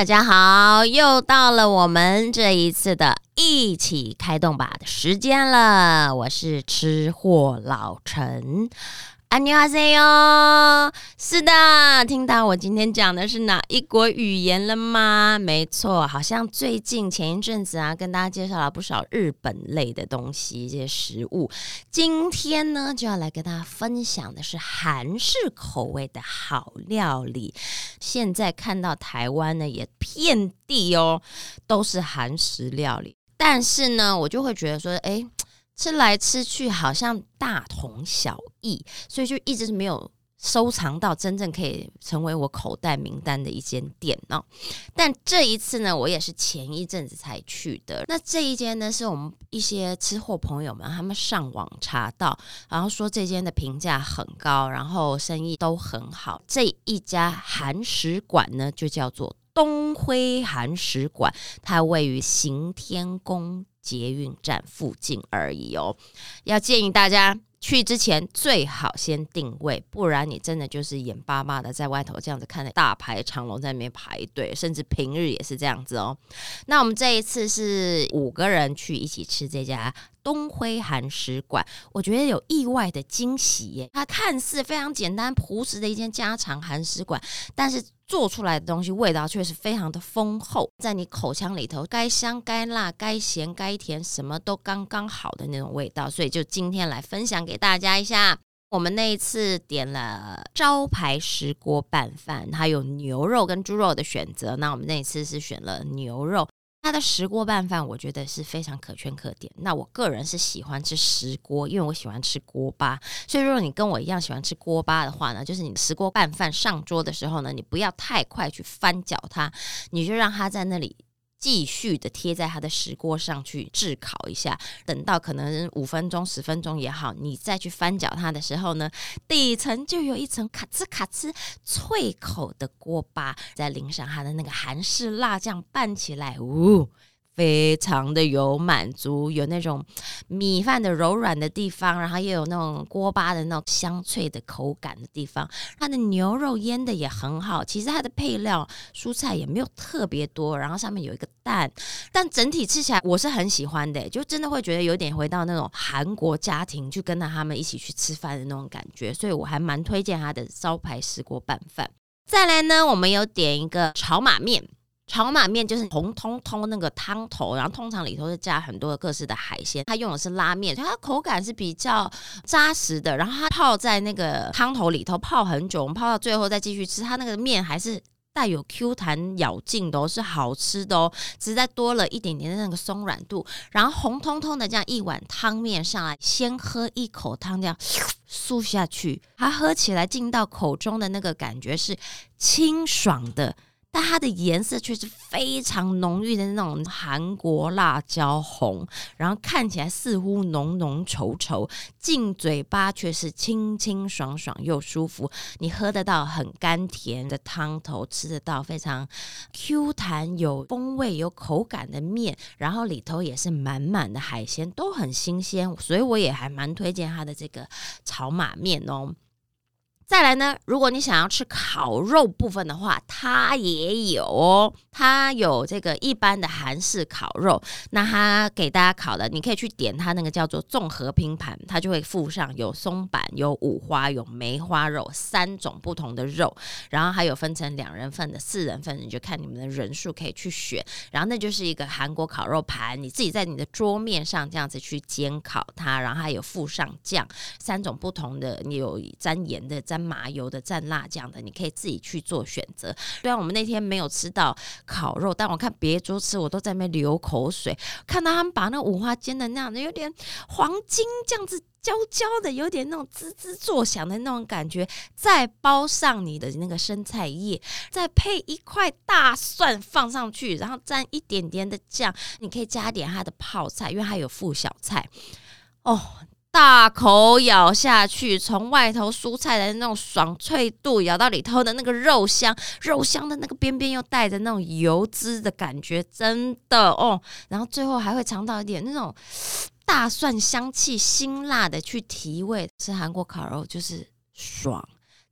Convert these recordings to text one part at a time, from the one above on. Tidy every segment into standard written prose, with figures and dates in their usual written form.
大家好，又到了我们这一次的一起开动吧的时间了，我是吃货老陈。안녕하세요。是的，听到我今天讲的是哪一国语言了吗？没错，好像最近前一阵子跟大家介绍了不少日本类的东西，这些食物。今天呢，就要来跟大家分享的是韩式口味的好料理。现在看到台湾呢，也遍地都是韩食料理。但是呢，我就会觉得说，吃来吃去好像大同小异，所以就一直没有收藏到真正可以成为我口袋名单的一间店但这一次呢，我也是前一阵子才去的。那这一间呢，是我们一些吃货朋友们他们上网查到，然后说这间的评价很高，然后生意都很好。这一家韩食馆呢，就叫做东辉韩食馆，它位于行天宫捷运站附近而已要建议大家去之前最好先定位，不然你真的就是眼巴巴的在外头这样子看着大排长龙在那边排队，甚至平日也是这样子那我们这一次是5个人去一起吃这家东辉韩食馆，我觉得有意外的惊喜耶。它看似非常简单朴实的一间家常韩食馆，但是做出来的东西味道却是非常的丰厚，在你口腔里头该香该辣该咸该甜什么都刚刚好的那种味道，所以就今天来分享给大家一下。我们那一次点了招牌石锅拌饭，它有牛肉跟猪肉的选择，那我们那一次是选了牛肉。它的石锅拌饭我觉得是非常可圈可点，那我个人是喜欢吃石锅，因为我喜欢吃锅巴，所以如果你跟我一样喜欢吃锅巴的话呢，就是你石锅拌饭上桌的时候呢，你不要太快去翻搅它，你就让它在那里继续的贴在它的石锅上去炙烤一下，等到可能5分钟10分钟也好，你再去翻搅它的时候呢，底层就有一层咔哧咔哧脆口的锅巴，再淋上它的那个韩式辣酱拌起来非常的有满足，有那种米饭的柔软的地方，然后又有那种锅巴的那种香脆的口感的地方，它的牛肉腌的也很好，其实它的配料蔬菜也没有特别多，然后上面有一个蛋，但整体吃起来我是很喜欢的，就真的会觉得有点回到那种韩国家庭去跟他们一起去吃饭的那种感觉，所以我还蛮推荐它的招牌石锅拌饭。再来呢，我们有点一个炒马面，炒马面就是红彤彤那个汤头，然后通常里头是加很多各式的海鲜，它用的是拉面，它口感是比较扎实的，然后它泡在那个汤头里头泡很久，我们泡到最后再继续吃，它那个面还是带有 Q 弹咬劲的是好吃的只是再多了一点点的那个松软度，然后红彤彤的这样一碗汤面上来，先喝一口汤这样漱下去，它喝起来进到口中的那个感觉是清爽的，但它的颜色却是非常浓郁的那种韩国辣椒红，然后看起来似乎浓浓稠稠，进嘴巴却是清清爽爽又舒服，你喝得到很甘甜的汤头，吃得到非常 Q 弹有风味有口感的面，然后里头也是满满的海鲜，都很新鲜，所以我也还蛮推荐它的这个炒马面再来呢，如果你想要吃烤肉部分的话，它也有它有这个一般的韩式烤肉，那它给大家烤的，你可以去点它那个叫做综合拼盘，它就会附上有松板有五花有梅花肉3种不同的肉，然后还有分成2人份的4人份，你就看你们的人数可以去选，然后那就是一个韩国烤肉盘，你自己在你的桌面上这样子去煎烤它，然后还有附上酱3种不同的，你有沾盐的沾麻油的蘸辣酱的，你可以自己去做选择。虽然我们那天没有吃到烤肉，但我看别桌吃我都在那边流口水，看到他们把那五花煎的那样的有点黄金这样子焦焦的，有点那种滋滋作响的那种感觉，再包上你的那个生菜叶，再配一块大蒜放上去，然后沾一点点的酱，你可以加点它的泡菜，因为它有附小菜大口咬下去，从外头蔬菜的那种爽脆度咬到里头的那个肉香，肉香的那个边边又带着那种油脂的感觉，真的然后最后还会尝到一点那种大蒜香气，辛辣的去提味。吃韩国烤肉就是爽，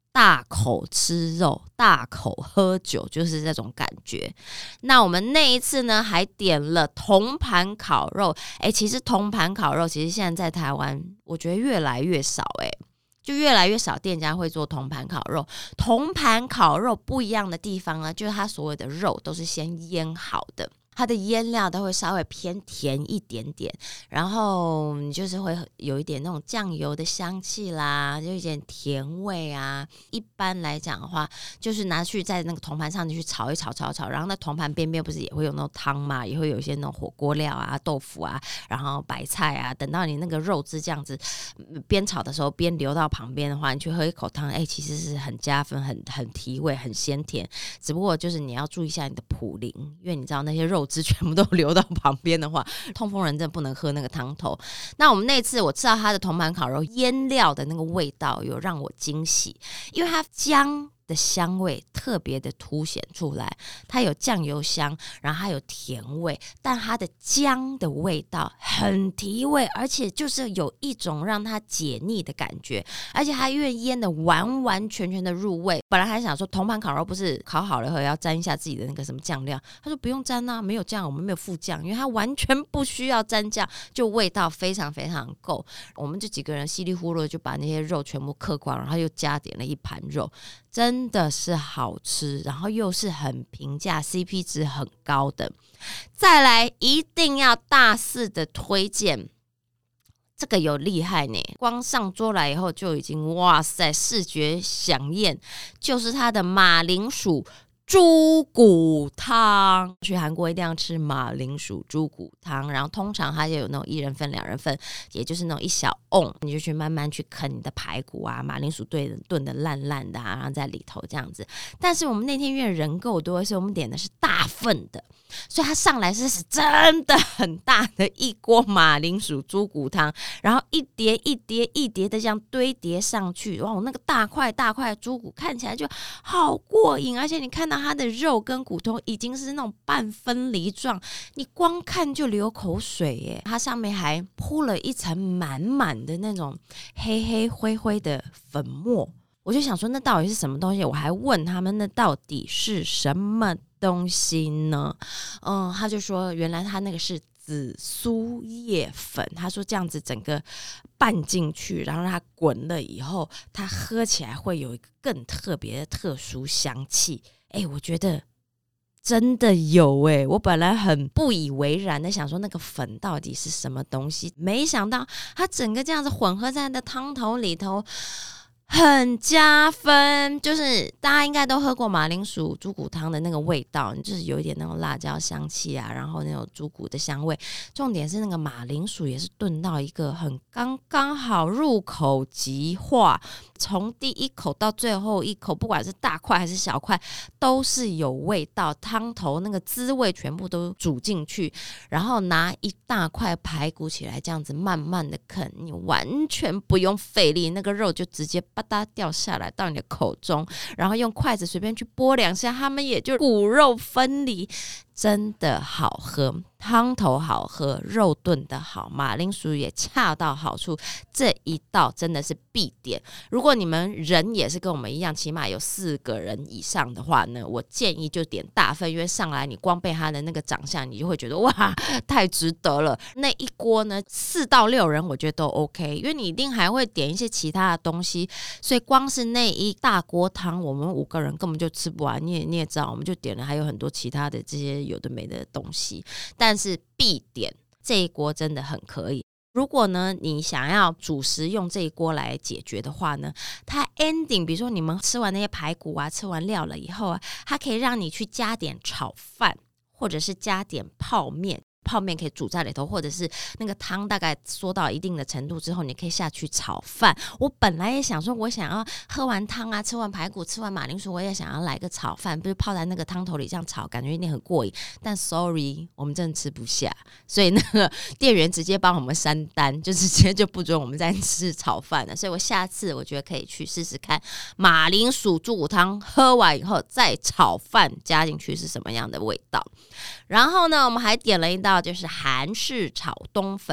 大口吃肉，大口喝酒，就是这种感觉。那我们那一次呢，还点了铜盘烤肉。其实铜盘烤肉，其实现在在台湾，我觉得越来越少，就越来越少店家会做铜盘烤肉。铜盘烤肉不一样的地方呢，就是它所有的肉都是先腌好的。它的腌料都会稍微偏甜一点点，然后你就是会有一点那种酱油的香气啦，就一点甜味啊。一般来讲的话，就是拿去在那个铜盘上去炒一炒，然后那铜盘边边不是也会有那种汤嘛，也会有一些那种火锅料啊、豆腐啊，然后白菜啊。等到你那个肉汁这样子边炒的时候边流到旁边的话，你去喝一口汤，其实是很加分、很提味、很鲜甜。只不过就是你要注意一下你的普林，因为你知道那些肉汁全部都流到旁边的话，痛风人真的不能喝那个汤头。那我们那次我吃到它的铜盘烤肉腌料的那个味道有让我惊喜，因为它姜的香味特别的凸显出来，它有酱油香，然后它有甜味，但它的姜的味道很提味，而且就是有一种让它解腻的感觉，而且它因为腌的完完全全的入味。本来还想说铜盘烤肉不是烤好了后要沾一下自己的那个什么酱料，他说不用沾啊，没有酱，我们没有附酱，因为它完全不需要沾酱，就味道非常非常够。我们这几个人稀里糊涂就把那些肉全部嗑光，然后又加点了一盘肉，真的是好吃，然后又是很平价 CP 值很高的。再来一定要大肆的推荐，这个有厉害呢，光上桌来以后就已经哇塞视觉响艳，就是它的马铃薯猪骨汤。去韩国一定要吃马铃薯猪骨汤，然后通常它就有那种1人份、2人份，也就是那种一小瓮，你就去慢慢去啃你的排骨啊，马铃薯炖的烂烂的啊，然后在里头这样子。但是我们那天因为人够多，所以我们点的是大份的，所以它上来是真的很大的一锅马铃薯猪骨汤，然后一碟一碟一碟的这样堆叠上去，哇，那个大块大块的猪骨看起来就好过瘾，而且你看到它的肉跟骨头已经是那种半分离状，你光看就流口水耶。它上面还铺了一层满满的那种黑黑灰灰的粉末，我就想说那到底是什么东西，我还问他们那到底是什么东西呢？他就说原来他那个是紫苏叶粉，他说这样子整个拌进去，然后让它滚了以后，它喝起来会有一个更特别的特殊香气。我觉得真的有我本来很不以为然的想说那个粉到底是什么东西，没想到它整个这样子混合在的汤头里头很加分。就是大家应该都喝过马铃薯猪骨汤的那个味道，就是有一点那种辣椒香气啊，然后那种猪骨的香味，重点是那个马铃薯也是炖到一个很刚刚好入口即化，从第一口到最后一口，不管是大块还是小块都是有味道，汤头那个滋味全部都煮进去，然后拿一大块排骨起来这样子慢慢的啃，你完全不用费力，那个肉就直接吧嗒掉下来到你的口中，然后用筷子随便去拨2下，它们也就骨肉分离，真的好喝，汤头好喝，肉炖的好，马铃薯也恰到好处，这一道真的是必点。如果你们人也是跟我们一样起码有4个人以上的话呢，我建议就点大份，因为上来你光被它的那个长相你就会觉得哇太值得了。那一锅呢4到6人我觉得都 OK， 因为你一定还会点一些其他的东西，所以光是那一大锅汤我们5个人根本就吃不完。你也知道我们就点了还有很多其他的这些有的没的东西，但是必点这一锅真的很可以。如果呢你想要主食用这一锅来解决的话呢，它 ending 比如说你们吃完那些排骨啊，吃完料了以后啊，它可以让你去加点炒饭，或者是加点泡面，泡面可以煮在里头，或者是那个汤大概缩到一定的程度之后，你可以下去炒饭。我本来也想说我想要喝完汤啊，吃完排骨，吃完马铃薯，我也想要来个炒饭，不是泡在那个汤头里这样炒，感觉一定很过瘾，但 sorry 我们真的吃不下，所以那个店员直接帮我们删单，就直接就不准我们再吃炒饭了。所以我下次我觉得可以去试试看马铃薯猪骨汤喝完以后再炒饭加进去是什么样的味道。然后呢我们还点了一道就是韩式炒冬粉，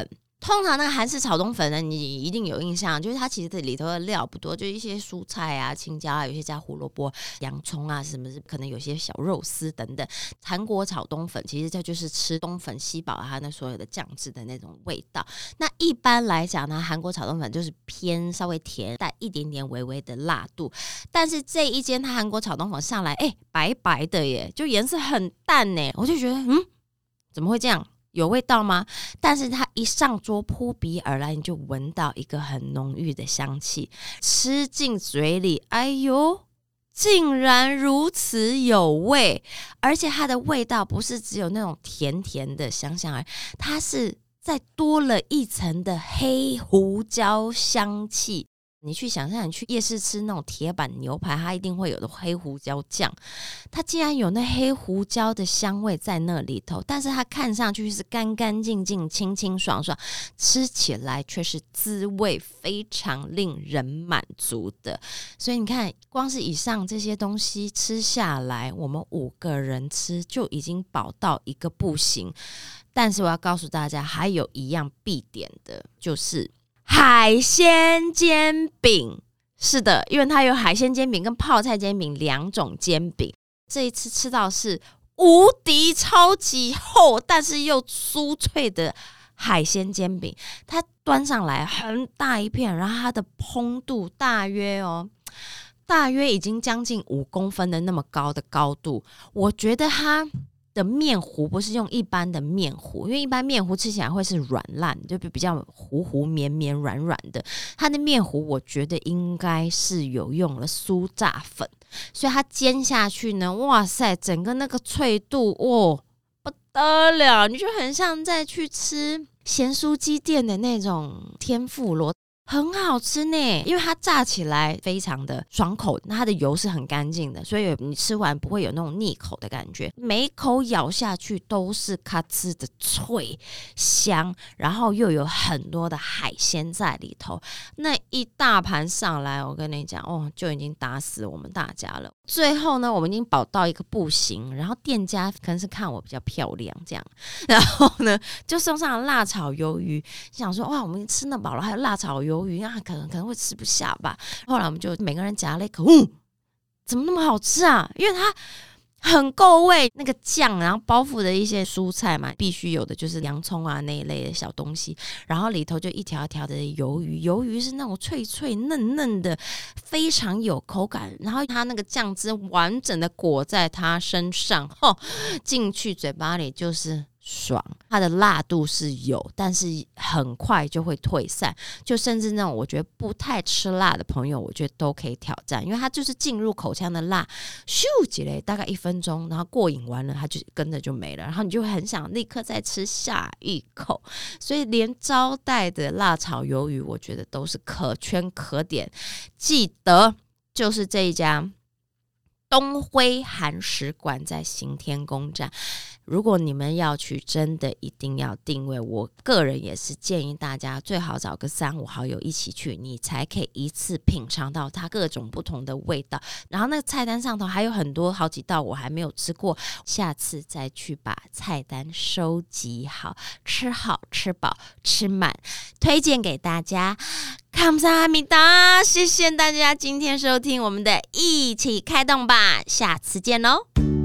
通常那个韩式炒冬粉呢，你一定有印象，就是它其实里头的料不多，就一些蔬菜啊、青椒啊，有些加胡萝卜、洋葱啊，什么可能有些小肉丝等等。韩国炒冬粉其实它就是吃冬粉吸饱它那所有的酱汁的那种味道。那一般来讲呢，韩国炒冬粉就是偏稍微甜，带一点点微微的辣度。但是这一间它韩国炒冬粉上来，白白的耶，就颜色很淡耶，我就觉得怎么会这样？有味道吗？但是它一上桌扑鼻而来，你就闻到一个很浓郁的香气，吃进嘴里，哎呦，竟然如此有味！而且它的味道不是只有那种甜甜的香香而已，它是再多了一层的黑胡椒香气。你去想象，你去夜市吃那种铁板牛排，它一定会有的黑胡椒酱，它竟然有那黑胡椒的香味在那里头，但是它看上去是干干净净、清清爽爽，吃起来却是滋味非常令人满足的。所以你看，光是以上这些东西吃下来，我们5个人吃就已经饱到一个不行。但是我要告诉大家，还有一样必点的，就是海鲜煎饼。是的，因为它有海鲜煎饼跟泡菜煎饼2种煎饼。这一次吃到是无敌超级厚但是又酥脆的海鲜煎饼，它端上来很大一片，然后它的蓬度大约已经将近5公分的那么高的高度。我觉得它的面糊不是用一般的面糊，因为一般面糊吃起来会是软烂，就比较糊绵绵软软的。它的面糊我觉得应该是有用了酥炸粉，所以它煎下去呢，哇塞，整个那个脆度不得了，你就很像在去吃咸酥鸡店的那种天妇罗，很好吃呢。因为它炸起来非常的爽口，它的油是很干净的，所以你吃完不会有那种腻口的感觉，每一口咬下去都是咔哧的脆香，然后又有很多的海鲜在里头。那一大盘上来，我跟你讲就已经打死我们大家了。最后呢，我们已经饱到一个不行，然后店家可能是看我比较漂亮这样，然后呢就送上了辣炒鱿鱼，想说哇，我们吃那饱了，还有辣炒鱿鱼可能会吃不下吧。后来我们就每个人夹了一口，怎么那么好吃啊？因为它很够味，那个酱，然后包覆的一些蔬菜嘛，必须有的就是洋葱啊那一类的小东西，然后里头就一条一条的鱿鱼，鱿鱼是那种脆脆嫩嫩的，非常有口感，然后它那个酱汁完整的裹在它身上，进去嘴巴里就是爽。它的辣度是有，但是很快就会退散，就甚至那种我觉得不太吃辣的朋友，我觉得都可以挑战，因为它就是进入口腔的辣咻几嘞，大概1分钟，然后过瘾完了它就跟着就没了，然后你就会很想立刻再吃下一口。所以连招待的辣炒鱿鱼我觉得都是可圈可点，记得就是这一家东辉韩食馆在行天宫站。如果你们要去，真的一定要定位，我个人也是建议大家最好找个3-5好友一起去，你才可以一次品尝到它各种不同的味道。然后那个菜单上头还有很多好几道我还没有吃过，下次再去把菜单收集好，吃好吃饱吃满，推荐给大家。감사합니다，谢谢大家今天收听我们的一起开动吧，下次见喽。